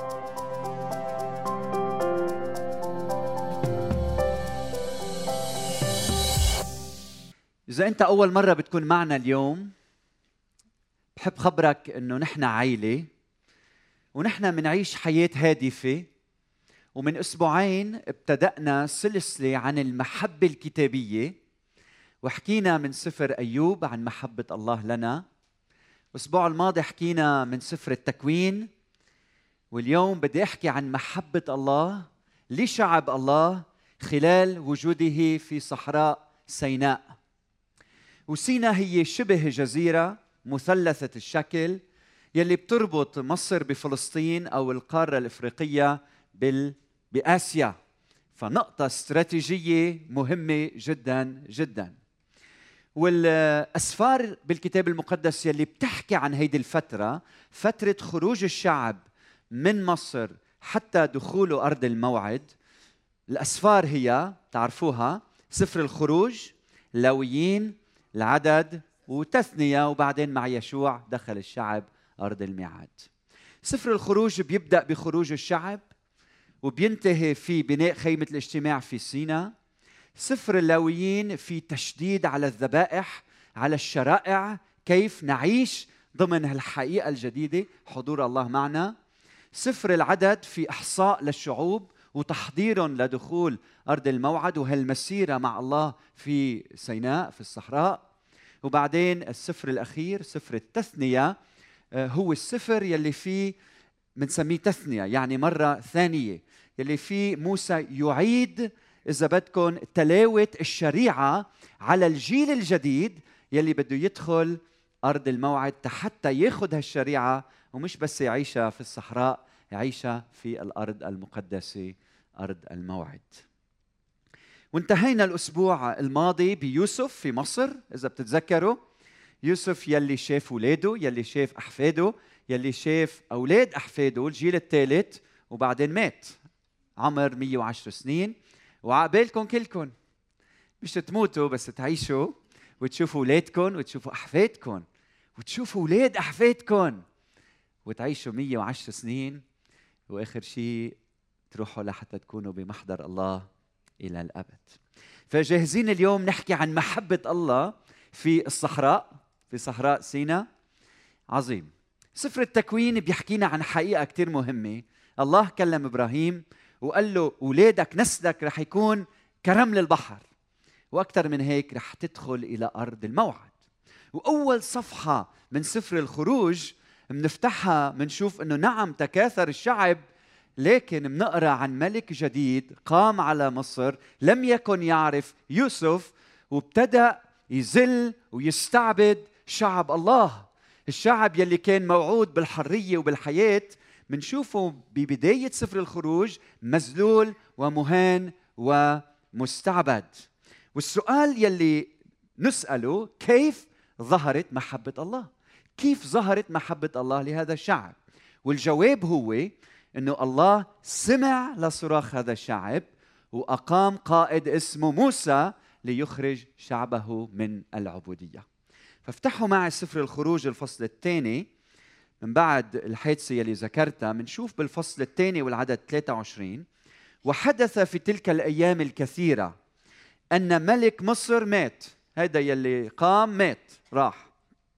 إذا أنت أول مرة بتكون معنا اليوم، بحب خبرك إنه نحن عائلة ونحن منعيش حياة هادفة، ومن أسبوعين ابتدأنا سلسلة عن المحبة الكتابية، وحكينا من سفر أيوب عن محبة الله لنا. الأسبوع الماضي حكينا من سفر التكوين، واليوم بدي أحكي عن محبة الله لشعب الله خلال وجوده في صحراء سيناء. وسيناء هي شبه جزيرة مثلثة الشكل يلي بتربط مصر بفلسطين أو القارة الإفريقية بآسيا، فنقطة استراتيجية مهمة جدا جدا. والأسفار بالكتاب المقدس يلي بتحكي عن هيدي الفترة، فترة خروج الشعب من مصر حتى دخوله أرض الموعد، الأسفار هي تعرفوها: سفر الخروج، لاويين، العدد، وتثنية، وبعدين مع يشوع دخل الشعب أرض الميعاد. سفر الخروج بيبدأ بخروج الشعب وبينتهي في بناء خيمة الاجتماع في سيناء. سفر اللاويين في تشديد على الذبائح، على الشرائع، كيف نعيش ضمن هالحقيقة الجديدة، حضور الله معنا. سفر العدد في إحصاء للشعوب وتحضيرهم لدخول أرض الموعد وهالمسيرة مع الله في سيناء في الصحراء. وبعدين السفر الأخير سفر التثنية، هو السفر يلي فيه بنسميه تثنية، يعني مرة ثانية، يلي فيه موسى يعيد إذا بدكم تلاوة الشريعة على الجيل الجديد يلي بده يدخل أرض الموعد حتى ياخذ هالشريعة ومش بس يعيشها في الصحراء، يعيشها في الأرض المقدسة، أرض الموعد. وانتهينا الأسبوع الماضي بيوسف في مصر، إذا بتتذكروا، يوسف يلي شاف أولاده، يلي شاف أحفاده، يلي شاف أولاد أحفاده، الجيل الثالث، وبعدين مات عمر 110 سنين. وعقبالكم كلكم مش تموتوا بس تعيشوا وتشوفوا أولادكم وتشوفوا أحفادكم وتشوفوا أولاد أحفادكم وتعيشوا 110 سنين، وآخر شيء تروحوا لحتى تكونوا بمحضر الله إلى الأبد. فجاهزين اليوم نحكي عن محبة الله في الصحراء، في صحراء سيناء. عظيم. سفر التكوين بيحكينا عن حقيقة كتير مهمة. الله كلم إبراهيم وقال له أولادك نسلك رح يكون كرمل البحر، وأكثر من هيك رح تدخل إلى أرض الموعد. وأول صفحة من سفر الخروج منفتحها منشوف أنه نعم تكاثر الشعب، لكن منقرأ عن ملك جديد قام على مصر لم يكن يعرف يوسف، وابتدأ يذل ويستعبد شعب الله. الشعب يلي كان موعود بالحرية وبالحياة منشوفه ببداية سفر الخروج مذلول ومهان ومستعبد. والسؤال يلي نسأله: كيف ظهرت محبة الله؟ كيف ظهرت محبة الله لهذا الشعب؟ والجواب هو إنه الله سمع لصراخ هذا الشعب وأقام قائد اسمه موسى ليخرج شعبه من العبودية. فافتحوا معي سفر الخروج الفصل الثاني من بعد الحادثة يلي ذكرتها. منشوف بالفصل الثاني والعدد 23: وحدث في تلك الأيام الكثيرة أن ملك مصر مات. هذا يلي قام مات راح.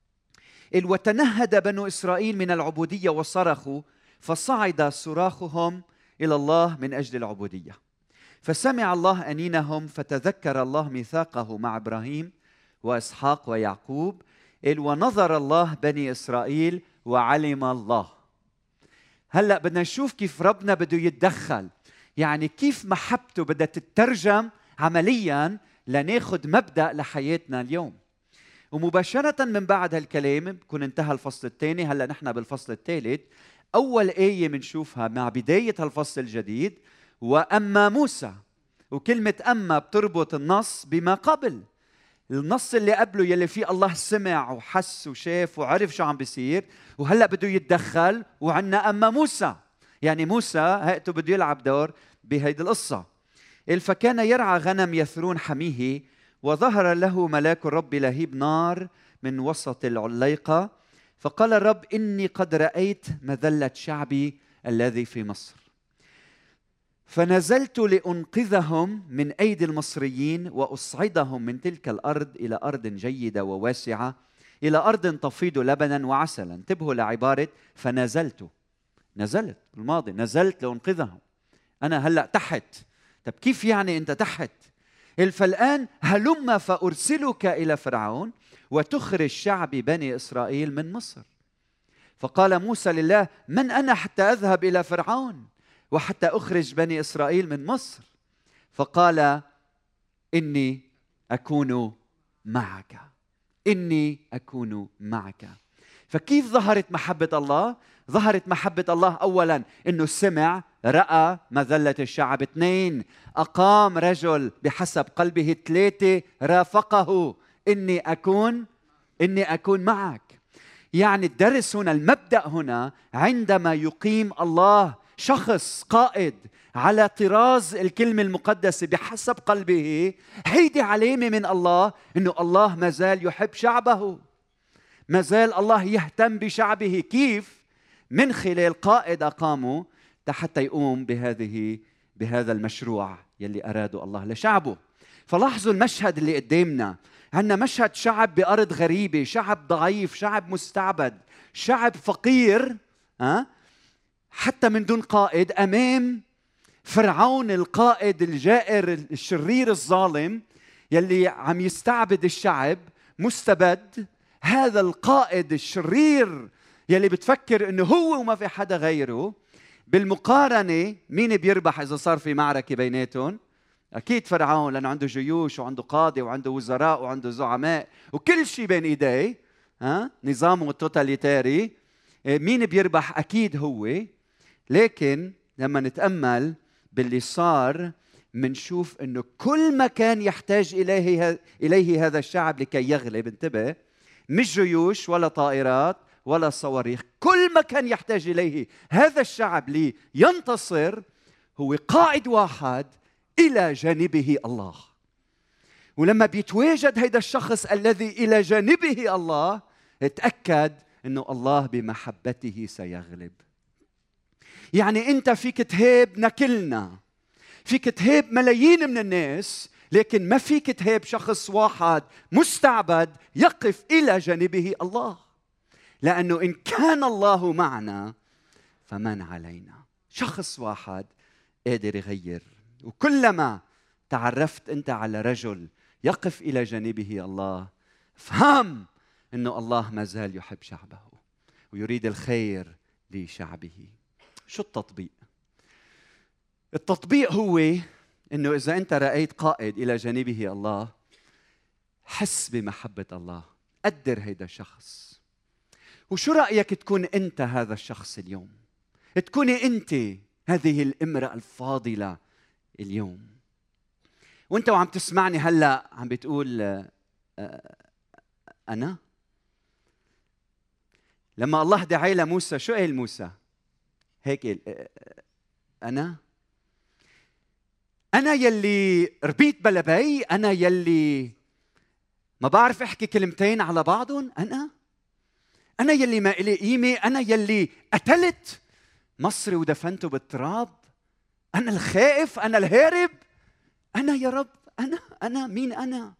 وتنهد بنو إسرائيل من العبودية وصرخوا، فصعد صراخهم إلى الله من أجل العبودية. فسمع الله أنينهم، فتذكر الله ميثاقه مع إبراهيم وإسحاق ويعقوب. ونظر الله بني إسرائيل وعلم الله. هلأ بدنا نشوف كيف ربنا بده يتدخل، يعني كيف محبته بدها تترجم عملياً لناخد مبدأ لحياتنا اليوم. ومباشرة من بعد هالكلام بكون انتهى الفصل الثاني. هلأ نحن بالفصل الثالث. أول آية منشوفها مع بداية هالفصل الجديد: وأما موسى. وكلمة أما بتربط النص بما قبل. النص اللي قبله يلي فيه الله سمع وحس وشاف وعرف شو عم بيصير، وهلأ بده يتدخل وعنا أما موسى، يعني موسى هيئته بده يلعب دور بهيدي القصة. فكان يرعى غنم يثرون حميه، وظهر له ملاك الرب لهيب نار من وسط العليقة، فقال الرب: إني قد رأيت مذلة شعبي الذي في مصر. فنزلت لأنقذهم من أيدي المصريين وأصعدهم من تلك الأرض إلى أرض جيدة وواسعة، إلى أرض تفيض لبنا وعسلا. انتبهوا لعبارة فنزلت. نزلت بالماضي، نزلت لأنقذهم. أنا هلأ تحت. طب كيف يعني أنت تحت؟ فالآن هلم فأرسلك إلى فرعون وتخرج شعب بني إسرائيل من مصر. فقال موسى لله: من أنا حتى أذهب إلى فرعون وحتى أخرج بني إسرائيل من مصر؟ فقال: إني أكون معك، إني أكون معك. فكيف ظهرت محبة الله؟ ظهرت محبة الله أولاً إنه سمع، رأى مذلة الشعب. 2، أقام رجل بحسب قلبه. 3، رافقه. إني أكون معك. يعني الدرس هنا، المبدأ هنا، عندما يقيم الله شخص قائد على طراز الكلمة المقدسة بحسب قلبه، هيدي علامة من الله إنه الله ما زال يحب شعبه، ما زال الله يهتم بشعبه. كيف؟ من خلال قائد أقامه حتى يقوم بهذا المشروع يلي أراده الله لشعبه. فلاحظوا المشهد اللي قدامنا، عندنا مشهد شعب بأرض غريبة، شعب ضعيف، شعب مستعبد، شعب فقير، حتى من دون قائد، أمام فرعون القائد الجائر الشرير الظالم يلي عم يستعبد الشعب، مستبد. هذا القائد الشرير يلي بتفكر انه هو وما في حدا غيره. بالمقارنة مين بيربح إذا صار في معركة بيناتهم؟ أكيد فرعون، لأنه عنده جيوش وعنده قاضي وعنده وزراء وعنده زعماء وكل شيء بين إيديه، نظامه التوتاليتاري. مين بيربح؟ أكيد هو. لكن لما نتأمل باللي صار منشوف أنه كل ما كان يحتاج إليه هذا الشعب لكي يغلب، انتبه، مش جيوش ولا طائرات ولا صواريخ، كل ما كان يحتاج إليه هذا الشعب لينتصر هو قائد واحد إلى جانبه الله. ولما بيتواجد هذا الشخص الذي إلى جانبه الله، اتأكد أنه الله بمحبته سيغلب. يعني أنت فيك تهاب نكلنا، فيك تهاب ملايين من الناس، لكن ما فيك تهاب شخص واحد مستعبد يقف إلى جانبه الله. لأنه إن كان الله معنا فمن علينا. شخص واحد قادر يغير. وكلما تعرفت أنت على رجل يقف إلى جانبه الله، فهم أنه الله ما زال يحب شعبه ويريد الخير لشعبه. شو التطبيق؟ التطبيق هو أنه إذا أنت رأيت قائد إلى جانبه الله، حس بمحبة الله، قدر هيدا الشخص. وشو رأيك تكون أنت هذا الشخص اليوم؟ تكوني أنت هذه الامرأة الفاضلة اليوم. وأنت وعم تسمعني هلأ عم بتقول أنا؟ لما الله دعا لموسى شو قال موسى؟ هيك أنا يلي ربيت بلبي، أنا يلي ما بعرف أحكي كلمتين على بعضهم، أنا يلي ما إلي قيمة، أنا يلي قتلت مصري ودفنته بالتراب، أنا الخائف، أنا الهارب، أنا يا رب، أنا مين أنا؟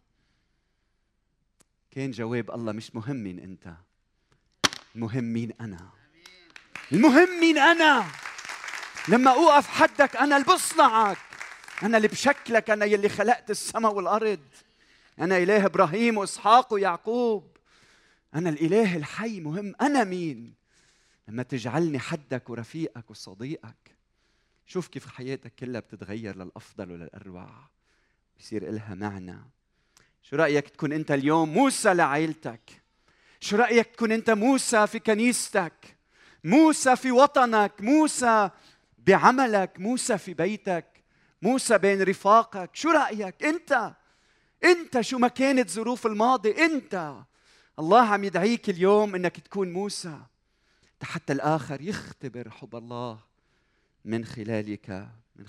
كان جواب الله: مش مهم مين أنت، المهم مين أنا. المهم مين أنا. لما أوقف حدك أنا اللي بصنعك، أنا اللي بشكلك، أنا يلي خلقت السماء والأرض، أنا إله إبراهيم وإسحاق ويعقوب، أنا الإله الحي. مهم أنا مين. لما تجعلني حدك ورفيقك وصديقك، شوف كيف حياتك كلها بتتغير للأفضل وللأروع، بيصير إلها معنى. شو رأيك تكون أنت اليوم موسى لعائلتك؟ شو رأيك تكون أنت موسى في كنيستك، موسى في وطنك، موسى بعملك، موسى في بيتك، موسى بين رفاقك؟ شو رأيك أنت شو ما كانت ظروف الماضي، أنت الله عم يدعيك اليوم أنك تكون موسى حتى الآخر يختبر حب الله من خلالك.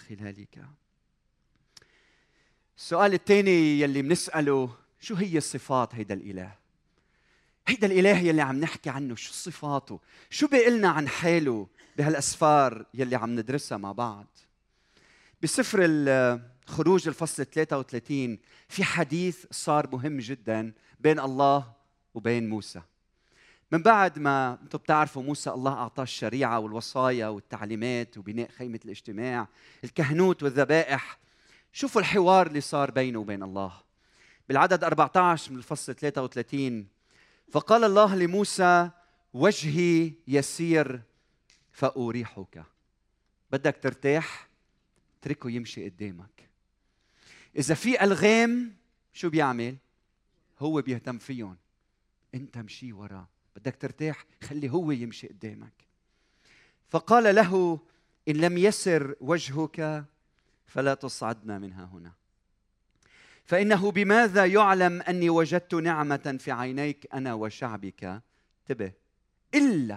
السؤال الثاني يلي بنسأله: شو هي الصفات هيدا الإله؟ هيدا الإله يلي عم نحكي عنه، شو صفاته؟ شو بيقلنا عن حاله؟ بهالأسفار يلي عم ندرسها مع بعض. بسفر الخروج الفصل 33 في حديث صار مهم جدا بين الله وبين موسى. من بعد ما انتم بتعرفوا موسى الله أعطاه الشريعة والوصايا والتعليمات وبناء خيمة الاجتماع، الكهنوت والذبائح. شوفوا الحوار اللي صار بينه وبين الله بالعدد 14 من الفصل 33. فقال الله لموسى: وجهي يسير فأريحك. بدك ترتاح؟ اتركه يمشي قدامك. إذا في ألغام شو بيعمل؟ هو بيهتم فيهم، أنت مشي وراه. بدك ترتاح؟ خلي هو يمشي قدامك. فقال له: إن لم يسر وجهك فلا تصعدنا منها هنا، فإنه بماذا يعلم أني وجدت نعمة في عينيك أنا وشعبك؟ انتبه، إلا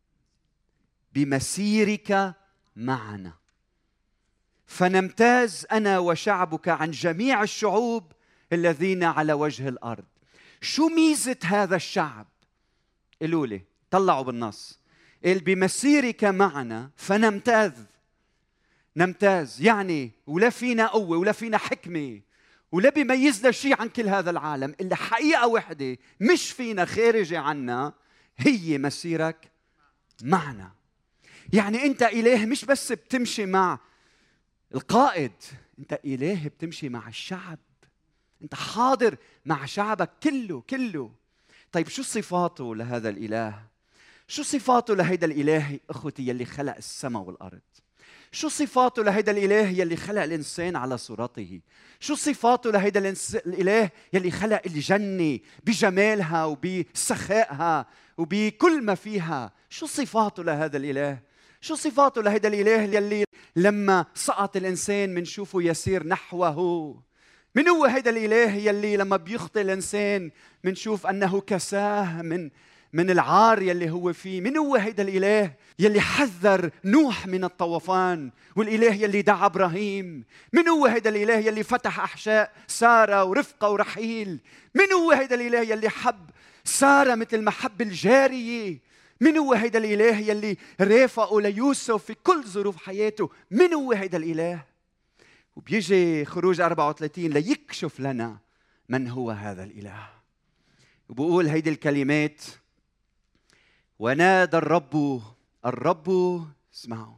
بمسيرك معنا، فنمتاز أنا وشعبك عن جميع الشعوب الذين على وجه الأرض. شو ميزة هذا الشعب؟ قالوا لي، طلعوا بالنص، قال بمسيرك معنا فنمتاز. نمتاز يعني ولا فينا قوة ولا فينا حكمة ولا بيميزنا شيء عن كل هذا العالم، إلا حقيقة وحدة مش فينا خارجة عنا، هي مسيرك معنا. يعني أنت إله مش بس بتمشي مع القائد، أنت إله بتمشي مع الشعب، أنت حاضر مع شعبك كله. طيب شو صفاته لهذا الإله؟ شو صفاته لهيدا الإله أخوتي يلي خلق السماء والأرض؟ شو صفاته لهيدا الإله يلي خلق الإنسان على صورته؟ شو صفاته لهيدا الإله يلي خلق الجنة بجمالها وبسخائها وبكل ما فيها؟ شو صفاته لهذا الإله؟ شو صفاته لهيدا الإله يلي لما سقط الإنسان منشوفه يسير نحوه؟ من هو هيدا الإله يلي لما بيخطئ الإنسان منشوف أنه كساه من العار يلي هو فيه؟ من هو هيدا الإله يلي حذر نوح من الطوفان، والإله يلي دعا إبراهيم؟ من هو هيدا الإله يلي فتح أحشاء سارة ورفقة ورحيل؟ من هو هيدا الإله يلي حب سارة مثل ما حب الجارية؟ من هو هيدا الإله يلي رافقه ليوسف في كل ظروف حياته؟ من هو هيدا الإله؟ وبيجي خروج 34 ليكشف لنا من هو هذا الإله، وبقول هيدي الكلمات: ونادى الرب اسمعوا،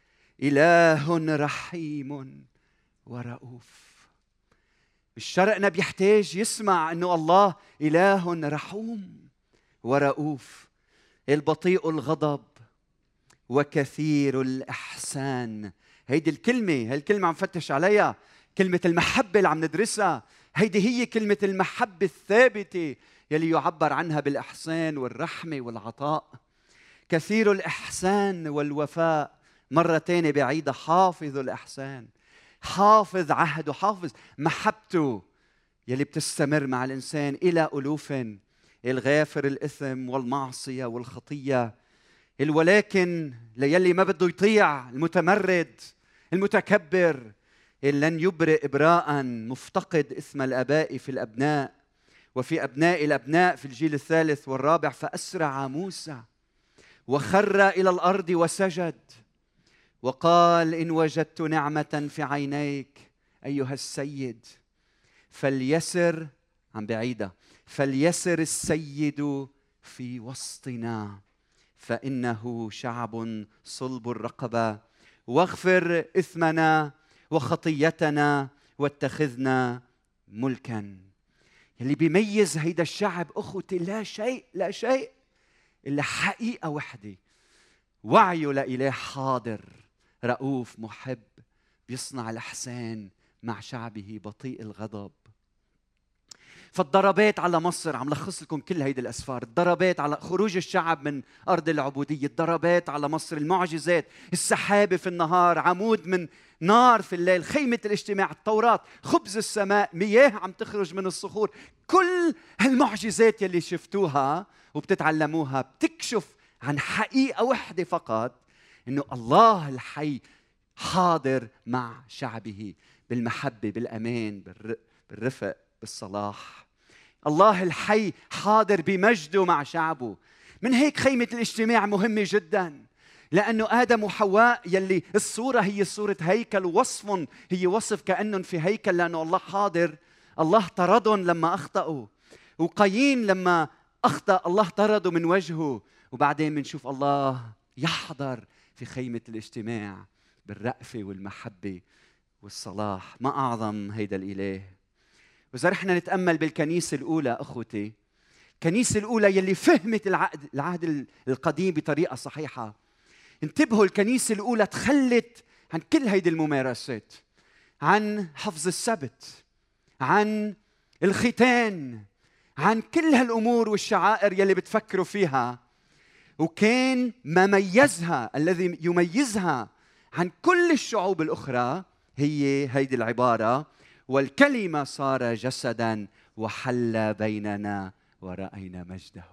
إله رحيم ورؤوف. بالشرقنا بيحتاج يسمع أنه الله إله رحوم ورؤوف، البطيء الغضب وكثير الإحسان. هيدي الكلمة عم فتش عليها، كلمة المحبة اللي عم ندرسها. هيدي هي كلمة المحبة الثابتة يلي يعبر عنها بالإحسان والرحمة والعطاء. كثير الإحسان والوفاء. مرة تانية بعيدة، حافظ الإحسان، حافظ عهده، حافظ محبته يلي بتستمر مع الإنسان إلى ألوف، الغافر الإثم والمعصية والخطية، ولكن ليلي ما بده يطيع، المتمرد المتكبر، لن يبرئ إبراء، مفتقد إثم الآباء في الأبناء وفي أبناء الأبناء في الجيل الثالث والرابع. فأسرع موسى وخر إلى الأرض وسجد وقال: إن وجدت نعمة في عينيك أيها السيد فليسر، عن بعيدة، فليسر السيد في وسطنا، فإنه شعب صلب الرقبة، واغفر إثمنا وخطيتنا واتخذنا ملكا. اللي بيميز هيدا الشعب أخوتي لا شيء إلا حقيقة وحدة: وعيه لإله حاضر رؤوف محب، بيصنع الإحسان مع شعبه بطيء الغضب. فالضربات على مصر، عم لخص لكم كل هيدي الأسفار، الضربات على خروج الشعب من أرض العبودية، الضربات على مصر، المعجزات، السحابة في النهار، عمود من نار في الليل، خيمة الاجتماع، التوراة، خبز السماء، مياه عم تخرج من الصخور. كل هالمعجزات يلي شفتوها وبتتعلموها بتكشف عن حقيقة وحدة فقط: إنه الله الحي حاضر مع شعبه بالمحبة، بالأمان، بالرفق، بالصلاح. الله الحي حاضر بمجده مع شعبه. من هيك خيمة الاجتماع مهمة جدا، لأنه آدم وحواء يلي الصورة هي صورة هيكل، ووصف هي وصف كأنهم في هيكل، لأنه الله حاضر. الله طردهم لما أخطأوا، وقايين لما أخطأ الله طرده من وجهه. وبعدين بنشوف الله يحضر في خيمة الاجتماع بالرأفة والمحبة والصلاح. ما أعظم هيدا الإله. وإذا رحنا نتأمل بالكنيسة الأولى أخوتي، الكنيسة الأولى يلي فهمت العهد القديم بطريقة صحيحة، انتبهوا، الكنيسة الأولى تخلت عن كل هيدي الممارسات، عن حفظ السبت، عن الختان، عن كل هالأمور والشعائر يلي بتفكروا فيها. وكان ما ميزها، الذي يميزها عن كل الشعوب الأخرى، هي هيدي العبارة: والكلمة صار جسداً وحل بيننا ورأينا مجده.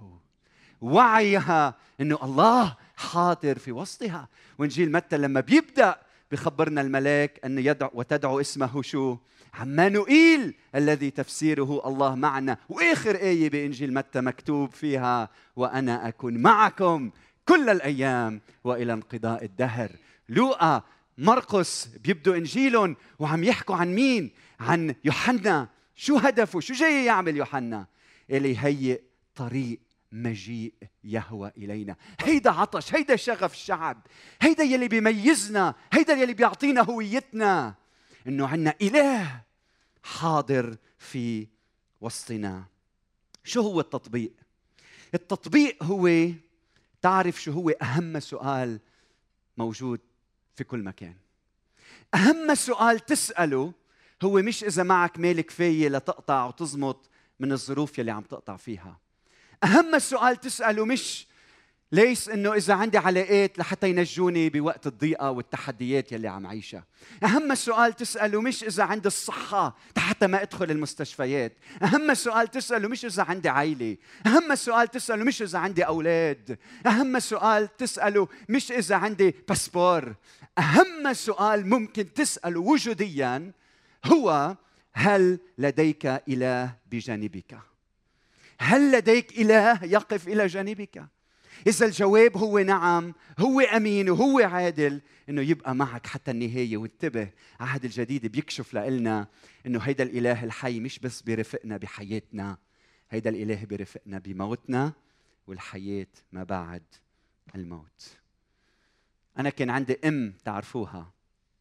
وعيها إنه الله حاضر في وسطها. وإنجيل متى لما بيبدأ بخبرنا الملاك أن يدعو وتدعو اسمه شو؟ عمانوئيل، الذي تفسيره الله معنا. وآخر آية بإنجيل متى مكتوب فيها: وأنا أكون معكم كل الأيام وإلى انقضاء الدهر. لوقا مرقس بيبدوا إنجيلهم وعم يحكوا عن مين؟ عن يوحنا. شو هدفه؟ شو جاي يعمل يوحنا؟ اللي يهيئ طريق مجيء يهوى إلينا. هيدا عطش، هيدا شغف الشعب، هيدا يلي بيميزنا، هيدا يلي بيعطينا هويتنا، إنه عنا إله حاضر في وسطنا. شو هو التطبيق؟ التطبيق هو تعرف شو هو أهم سؤال موجود في كل مكان. أهم سؤال تسأله هو مش إذا معك مال كفاية لتقطع وتزمط من الظروف يلي عم تقطع فيها. أهم السؤال تسأله مش ليس إنه إذا عندي علاقات لحتى ينجوني بوقت الضيقة والتحديات يلي عم عيشها. أهم السؤال تسأله مش إذا عندي الصحة حتى ما أدخل المستشفيات. أهم السؤال تسأله مش إذا عندي عائلة. أهم السؤال تسأله مش إذا عندي أولاد. أهم السؤال تسأله مش إذا عندي باسبور. أهم سؤال ممكن تسأله وجودياً هو: هل لديك إله بجانبك؟ هل لديك إله يقف إلى جانبك؟ إذا الجواب هو نعم، هو أمين وهو عادل، إنه يبقى معك حتى النهاية. وانتبه، العهد الجديد بيكشف لنا إنه هيدا الإله الحي مش بس بيرفقنا بحياتنا، هيدا الإله بيرفقنا بموتنا والحياة ما بعد الموت. أنا كان عندي أم تعرفوها،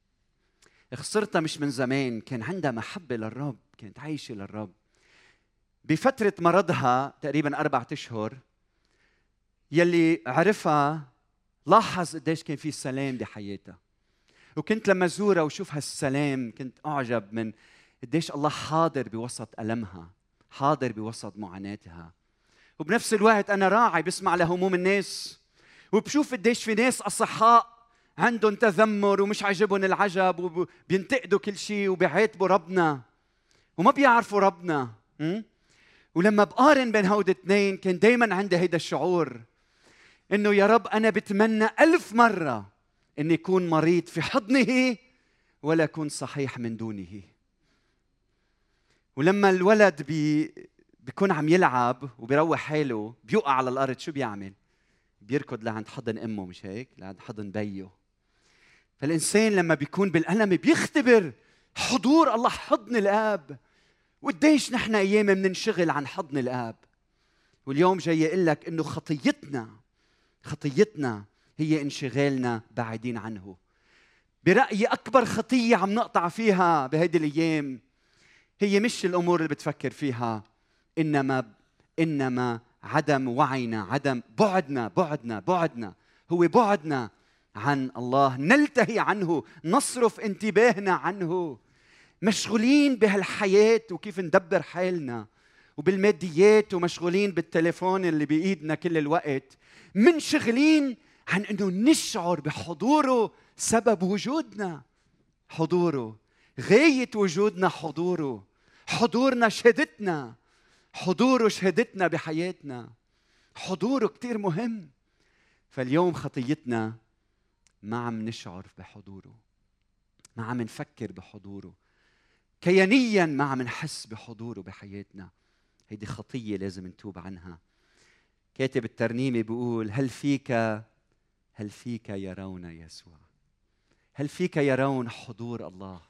خسرتها مش من زمان، كان عندها محبة للرب، كانت عايشة للرب. بفترة مرضها تقريباً 4 أشهر، يلي عرفها لاحظ قديش كان في سلام بحياتها. وكنت لما زورها وشوف هالسلام كنت أعجب من قديش الله حاضر بوسط ألمها، حاضر بوسط معاناتها. وبنفس الوقت أنا راعي بسمع لهموم الناس، وبشوف قديش في ناس أصحاء عندهم تذمر ومش عاجبهم العجب وبينتقدوا كل شيء وبيعاتبوا ربنا وما بيعرفوا ربنا. ولما بقارن بين هود الاثنين كان دايما عندي هيدا الشعور إنه يا رب أنا بتمنى 1000 مرة إني أكون مريض في حضنه ولا أكون صحيح من دونه. ولما الولد بيكون عم يلعب وبيروح حاله بيوقع على الأرض، شو بيعمل؟ بيركض لعند حضن أمه، مش هيك؟ لعند حضن بيه. فالإنسان لما بيكون بالألم بيختبر حضور الله، حضن الآب. وقديش نحن أيام مننشغل عن حضن الآب. واليوم جاي أقول لك إنه خطيتنا هي انشغالنا بعيدين عنه. برأيي أكبر خطية عم نقطع فيها بهيدي الأيام هي مش الأمور اللي بتفكر فيها، إنما عدم وعينا، عدم بعدنا هو بعدنا عن الله، نلتهي عنه، نصرف انتباهنا عنه، مشغولين بهالحياة وكيف ندبر حالنا وبالماديات، ومشغولين بالتليفون اللي بإيدنا كل الوقت، منشغلين عن أنه نشعر بحضوره. سبب وجودنا حضوره، غاية وجودنا حضوره، حضورنا شهادتنا، حضوره شهادتنا بحياتنا، حضوره كتير مهم. فاليوم خطيتنا ما عم نشعر بحضوره، ما عم نفكر بحضوره، كيانيا ما عم نحس بحضوره بحياتنا. هيدي خطية لازم نتوب عنها. كاتب الترنيمة بيقول: هل فيك يرون يسوع؟ هل فيك يرون حضور الله؟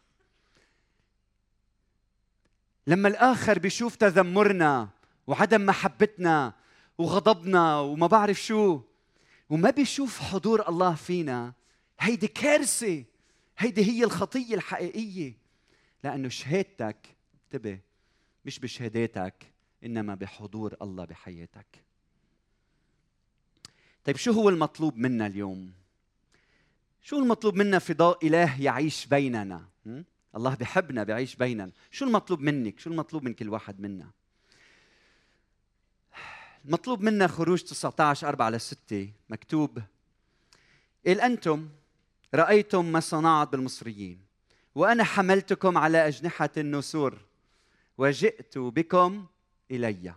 لما الآخر بيشوف تذمرنا وعدم محبتنا وغضبنا وما بعرف شو، وما بيشوف حضور الله فينا، هيدي كارثة. هيدي هي الخطية الحقيقية. لأنه شهادتك، انتبه، مش بشهاداتك إنما بحضور الله بحياتك. طيب شو هو المطلوب منا اليوم؟ شو المطلوب منا في ضوء إله يعيش بيننا؟ الله بحبنا، بيعيش بيننا. شو المطلوب منك؟ شو المطلوب من كل واحد منا؟ المطلوب منا خروج 19:4-6 مكتوب: إذ أنتم رأيتم ما صنعت بالمصريين وأنا حملتكم على أجنحة النسور وجئت بكم إلي.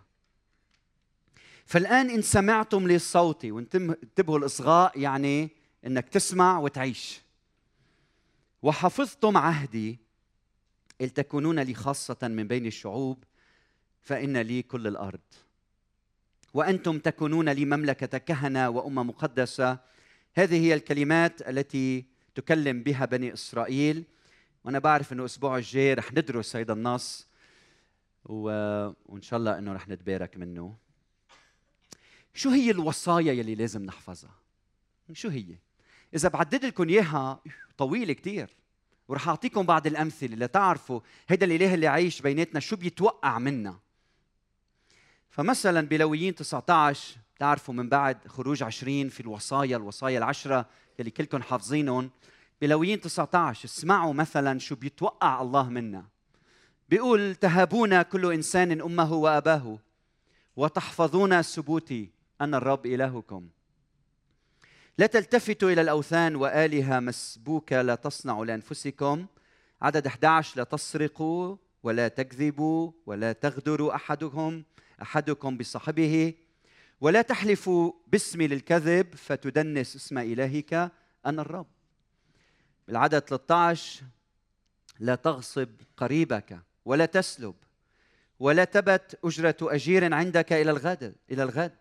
فالآن إن سمعتم لصوتي، وانتبهوا الإصغاء يعني إنك تسمع وتعيش، وحفظتم عهدي، إذ تكونون لي خاصة من بين الشعوب، فإن لي كل الأرض. وأنتم تكونون لي مملكة كهنة وأمة مقدسة. هذه هي الكلمات التي تكلم بها بني إسرائيل. وأنا بعرف إنه الأسبوع الجاي رح ندرس هذا النص وإن شاء الله إنه رح نتبارك منه. شو هي الوصايا يلي لازم نحفظها؟ شو هي؟ إذا بعدد لكم إياها طويلة كتير، ورح أعطيكم بعض الأمثلة لتعرفوا هيدا الإله اللي عايش بيناتنا شو بيتوقع منا. فمثلا بلويين 19 تعرفوا من بعد خروج 20 في الوصايا العشرة يلي كلكم حافظينهم. بلويين 19 اسمعوا مثلا شو بيتوقع الله منا. بيقول: تهابون كل إنسان أمه وأباه وتحفظون سبوتي، أنا الرب إلهكم. لا تلتفتوا إلى الأوثان وآلهة مسبوكة لا تصنعوا لأنفسكم. عدد 11: لا تسرقوا ولا تكذبوا ولا تغدروا أحدكم بصاحبه، ولا تحلفوا باسمي للكذب فتدنس اسم إلهك، أنا الرب. بالعدد 13: لا تغصب قريبك ولا تسلب ولا تبت أجرة أجير عندك إلى الغد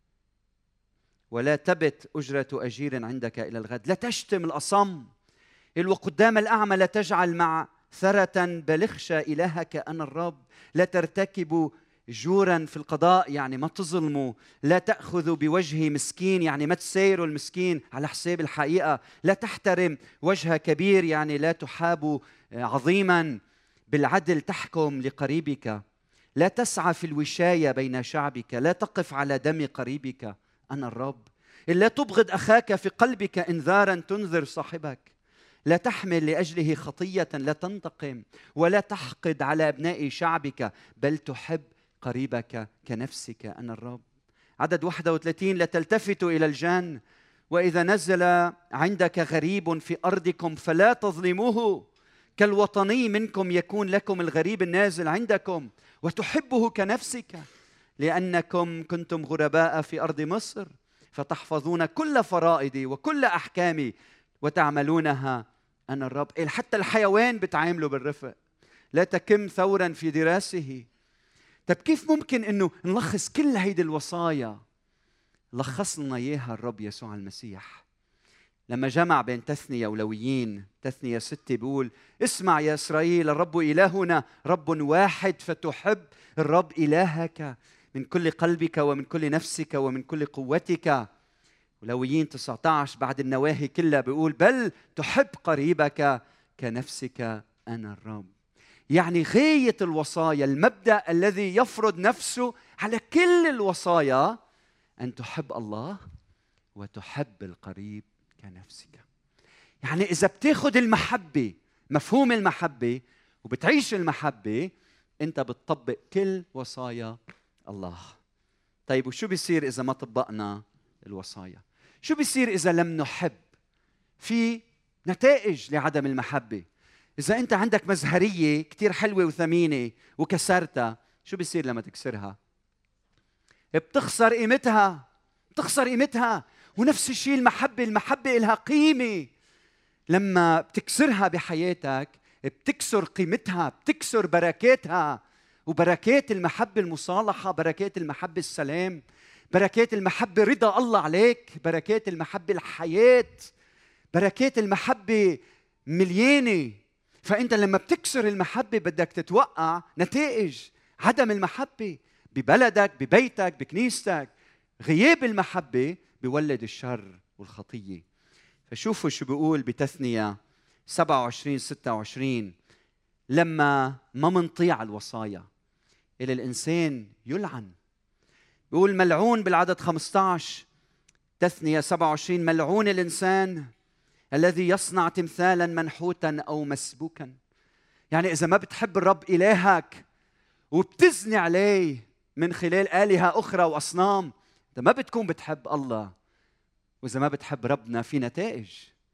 ولا تبت أجرة أجير عندك إلى الغد. لا تشتم الأصم وقدام الأعمى لا تجعل معثرة بل اخشى إلهك، أنا الرب. لا ترتكبوا جورا في القضاء، يعني ما تظلموا. لا تأخذوا بوجه مسكين، يعني ما تسايروا المسكين على حساب الحقيقة. لا تحترم وجه كبير، يعني لا تحابوا عظيما. بالعدل تحكم لقريبك. لا تسعى في الوشاية بين شعبك. لا تقف على دم قريبك، أنا الرب. لا تبغض أخاك في قلبك إنذارا تنذر صاحبك. لا تحمل لأجله خطية. لا تنتقم ولا تحقد على أبناء شعبك، بل تحب قريبك كنفسك، أنا الرب. عدد 31: لا تلتفتوا إلى الجان، وإذا نزل عندك غريب في أرضكم فلا تظلموه. كالوطني منكم يكون لكم الغريب النازل عندكم، وتحبه كنفسك، لأنكم كنتم غرباء في أرض مصر، فتحفظون كل فرائضي وكل أحكامي وتعملونها، أنا الرب. حتى الحيوان بتعامله بالرفق. لا تكم ثورا في دراسه. طب كيف ممكن أنه نلخص كل هيدي الوصايا؟ لخص لنا إياها الرب يسوع المسيح لما جمع بين تثنية ولويين. تثنية 6 بيقول: اسمع يا إسرائيل، الرب إلهنا رب واحد، فتحب الرب إلهك من كل قلبك ومن كل نفسك ومن كل قوتك. ولويين 19 بعد النواهي كلها بيقول: بل تحب قريبك كنفسك، أنا الرب. يعني غاية الوصايا، المبدأ الذي يفرض نفسه على كل الوصايا، أن تحب الله وتحب القريب كنفسك. يعني إذا بتاخد المحبة، مفهوم المحبة، وبتعيش المحبة، أنت بتطبق كل وصايا الله. طيب وشو بيصير إذا ما طبقنا الوصايا؟ شو بيصير إذا لم نحب؟ في نتائج لعدم المحبة. إذا أنت عندك مزهرية كتير حلوة وثمينة وكسرتها، شو بيصير لما تكسرها؟ بتخسر قيمتها، بتخسر قيمتها. ونفس الشيء المحبة إلها قيمة. لما بتكسرها بحياتك بتكسر قيمتها، بتكسر بركاتها. وبركات المحبة المصالحة، بركات المحبة السلام، بركات المحبة رضا الله عليك، بركات المحبة الحياة، بركات المحبة مليانة. فأنت لما بتكسر المحبة بدك تتوقع نتائج عدم المحبة ببلدك، ببيتك، بكنيستك. غياب المحبة بيولد الشر والخطية. فشوفوا شو بيقول بتثنية 27-26: لما ما منطيع الوصايا إلى الإنسان يلعن. بيقول ملعون بالعدد 15 تثنية 27: ملعون الإنسان الذي يصنع تمثالا منحوتا أو مسبوكا. يعني إذا ما بتحب الرب إلهك وبتزني عليه من خلال آلهة أخرى وأصنام، إذا ما بتكون بتحب الله. وإذا ما بتحب ربنا في نتائج.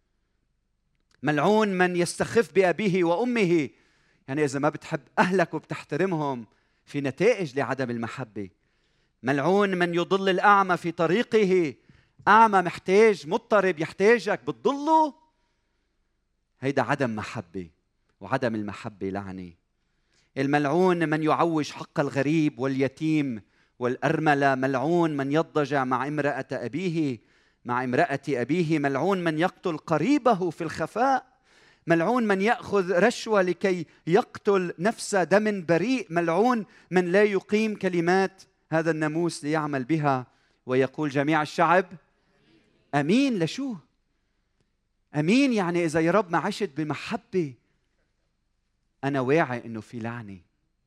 ملعون من يستخف بأبيه وأمه. يعني إذا ما بتحب أهلك وبتحترمهم في نتائج لعدم المحبة. ملعون من يضل الأعمى في طريقه. أعمى محتاج، مضطرب، يحتاجك، بتضله. هيدا عدم محبة، وعدم المحبة لعنة. الملعون من يعوج حق الغريب واليتيم والأرملة. ملعون من يضجع مع امرأة أبيه. ملعون من يقتل قريبه في الخفاء. ملعون من يأخذ رشوة لكي يقتل نفس دم بريء. ملعون من لا يقيم كلمات هذا الناموس ليعمل بها. ويقول جميع الشعب أمين. لشو؟ أمين يعني إذا يا رب ما عشت بمحبة أنا واعي إنه في لعنة.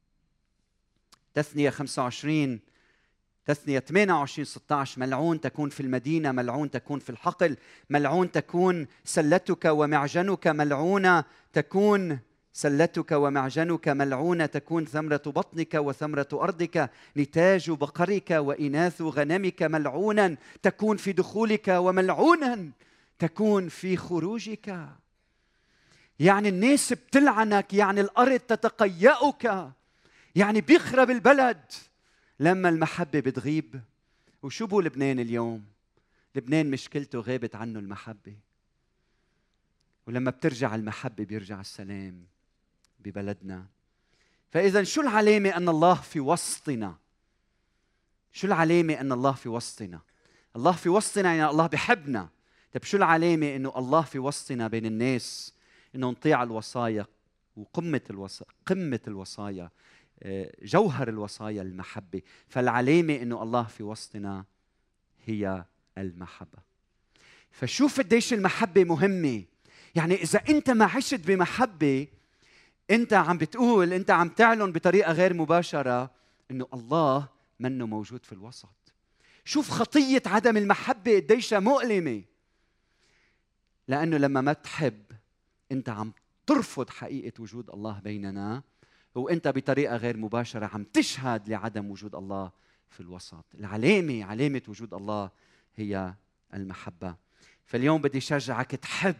تثنية 25 تثنية 28-16: ملعون تكون في المدينة، ملعون تكون في الحقل، ملعون تكون سلتك ومعجنك، ملعونة تكون سلتك ومعجنك، ملعونة تكون ثمرة بطنك وثمرة أرضك، نتاج بقرك وإناث غنمك. ملعونا تكون في دخولك وملعونا تكون في خروجك. يعني الناس بتلعنك، يعني الأرض تتقيأك، يعني بيخرب البلد لما المحبة بتغيب. وشو بو لبنان اليوم؟ لبنان مشكلته غابت عنه المحبة. ولما بترجع المحبة بيرجع السلام ببلدنا. فإذا شو العلامة أن الله في وسطنا؟ شو العلامة أن الله في وسطنا؟ الله في وسطنا يعني الله بحبنا. طيب شو العلامة أنه الله في وسطنا بين الناس؟ أنه نطيع الوصايا. وقمة الوصايا جوهر الوصايا المحبة. فالعلامة أنه الله في وسطنا هي المحبة. فشوف قديش المحبة مهمة. يعني إذا أنت ما عشت بمحبة، أنت عم بتقول، أنت عم تعلن بطريقة غير مباشرة أنه الله منه موجود في الوسط. شوف خطية عدم المحبة قديش مؤلمة. لأنه لما ما تحب أنت عم ترفض حقيقة وجود الله بيننا، وأنت بطريقة غير مباشرة عم تشهد لعدم وجود الله في الوسط. علامة وجود الله هي المحبة. فاليوم بدي شجعك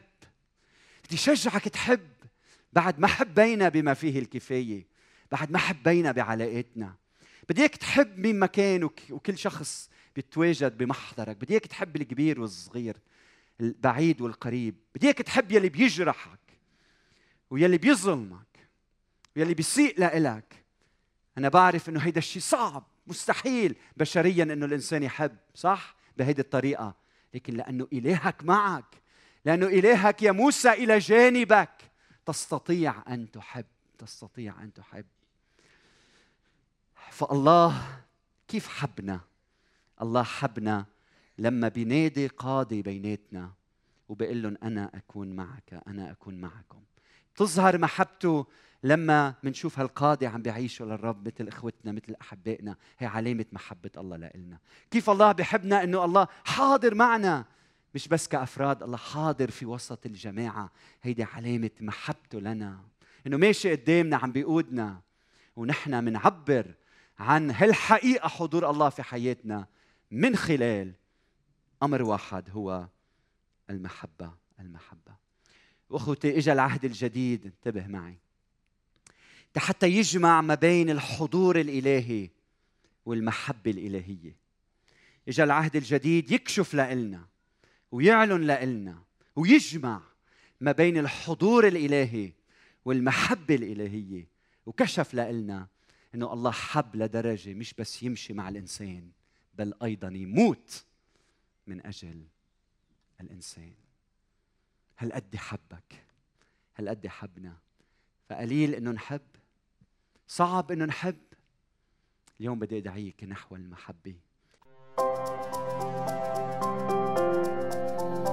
تحب بعد ما حبينا بما فيه الكفاية، بعد ما حبينا بعلاقاتنا. بدي اياك تحب مين ما كان وكل شخص بيتواجد بمحضرك. بدي اياك تحب الكبير والصغير، البعيد والقريب. بدي اياك تحب يلي بيجرحك ويلي بيظلمك ويلي بيسيء لإلك. أنا بعرف إنه هيدا الشيء صعب، مستحيل بشرياً إنه الإنسان يحب صح بهيدي الطريقة، لكن لأنه إلهك معك، لأنه إلهك يا موسى إلى جانبك، تستطيع أن تحب. فالله كيف حبنا؟ الله حبنا لما بينادي قاضي بيناتنا وبيقول لهم أنا أكون معك، أنا أكون معكم. تظهر محبته لما منشوف هالقاضي عم بيعيشوا للرب مثل إخوتنا، مثل أحبائنا. هي علامة محبة الله لإلنا. كيف الله بيحبنا؟ إنه الله حاضر معنا، مش بس كأفراد، الله حاضر في وسط الجماعة. هيدي علامة محبته لنا، إنه ماشي قدامنا عم بيقودنا، ونحن منعبر عن هالحقيقة حضور الله في حياتنا من خلال أمر واحد هو المحبة. وأخوتي إجا العهد الجديد، انتبه معي، حتى يجمع ما بين الحضور الإلهي والمحبة الإلهية. إجا العهد الجديد يكشف لإلنا ويعلن لإلنا ويجمع ما بين الحضور الإلهي والمحبة الإلهية. وكشف لإلنا إنه الله حب لدرجة مش بس يمشي مع الإنسان، بل أيضا يموت من أجل الإنسان. هل قد حبك؟ هل قد حبنا؟ فقليل إنه نحب، صعب إنه نحب. اليوم بدي أدعيك نحو المحبة.